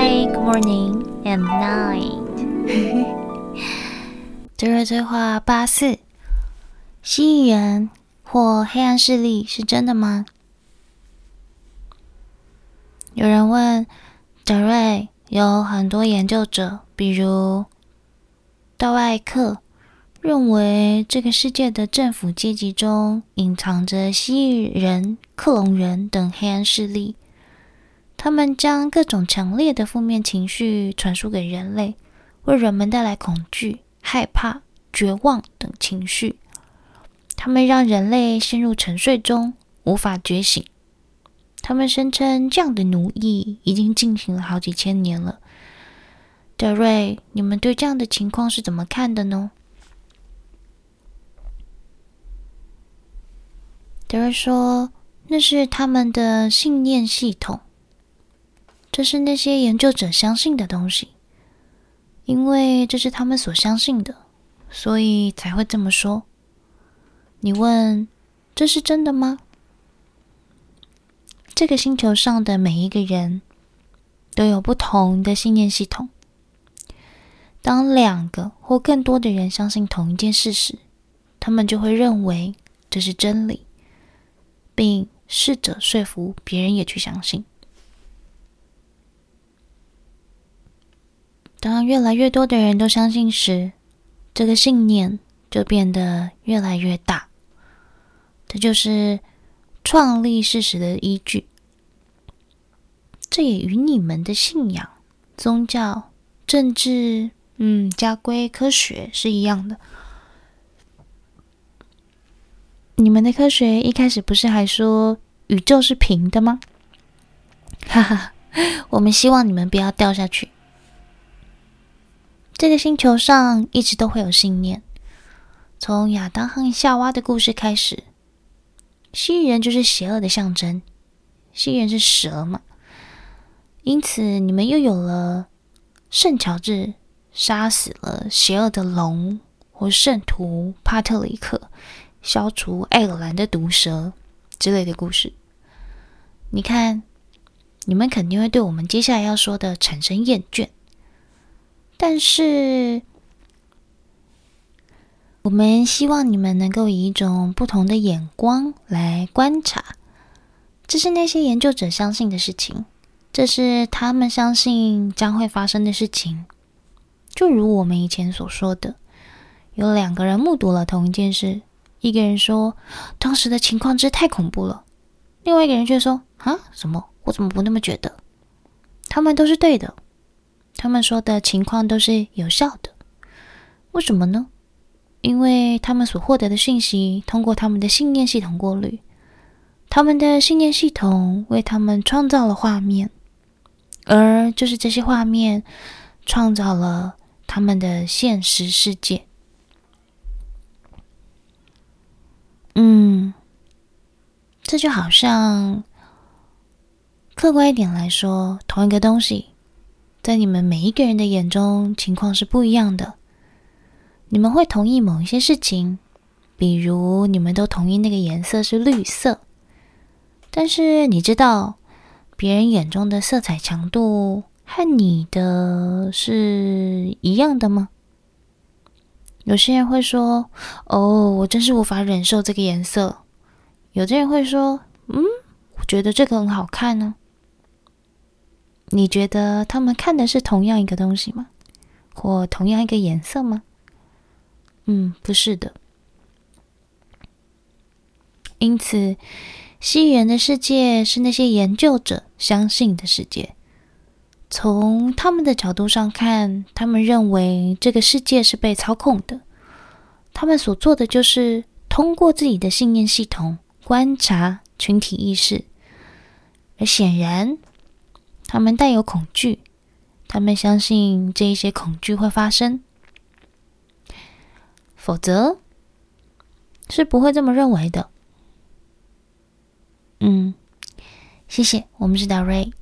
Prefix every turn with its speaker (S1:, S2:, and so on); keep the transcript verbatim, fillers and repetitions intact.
S1: Hi, good morning and night 德瑞对话八四，蜥蜴人或黑暗势力是真的吗？有人问德瑞，有很多研究者，比如道艾克，认为这个世界的政府阶级中隐藏着蜥蜴人、克隆人等黑暗势力，他们将各种强烈的负面情绪传输给人类，为人们带来恐惧、害怕、绝望等情绪。他们让人类陷入沉睡中，无法觉醒。他们声称这样的奴役已经进行了好几千年了。德瑞，你们对这样的情况是怎么看的呢？德瑞说，那是他们的信念系统，这是那些研究者相信的东西，因为这是他们所相信的，所以才会这么说。你问，这是真的吗？这个星球上的每一个人都有不同的信念系统。当两个或更多的人相信同一件事时，他们就会认为这是真理，并试着说服别人也去相信。当越来越多的人都相信时，这个信念就变得越来越大。这就是创立事实的依据。这也与你们的信仰、宗教、政治、嗯，家规、科学是一样的。你们的科学一开始不是还说宇宙是平的吗？哈哈，我们希望你们不要掉下去。这个星球上一直都会有信念，从亚当和夏娃的故事开始。蜥蜴人就是邪恶的象征，蜥蜴人是蛇嘛，因此你们又有了圣乔治杀死了邪恶的龙，或圣徒帕特里克消除爱尔兰的毒蛇之类的故事。你看，你们肯定会对我们接下来要说的产生厌倦，但是我们希望你们能够以一种不同的眼光来观察。这是那些研究者相信的事情，这是他们相信将会发生的事情。就如我们以前所说的，有两个人目睹了同一件事，一个人说当时的情况真是太恐怖了，另外一个人却说啊，什么？我怎么不那么觉得？他们都是对的，他们说的情况都是有效的。为什么呢？因为他们所获得的讯息通过他们的信念系统过滤，他们的信念系统为他们创造了画面，而就是这些画面创造了他们的现实世界。嗯，这就好像客观一点来说，同一个东西在你们每一个人的眼中情况是不一样的。你们会同意某一些事情，比如你们都同意那个颜色是绿色，但是你知道别人眼中的色彩强度和你的是一样的吗？有些人会说，哦，我真是无法忍受这个颜色。有的人会说，嗯，我觉得这个很好看呢。你觉得他们看的是同样一个东西吗？或同样一个颜色吗？嗯，不是的。因此，蜥蜴人的世界是那些研究者相信的世界。从他们的角度上看，他们认为这个世界是被操控的。他们所做的就是通过自己的信念系统观察群体意识。而显然，他们带有恐惧，他们相信这一些恐惧会发生。否则是不会这么认为的。嗯，谢谢，我们是达瑞。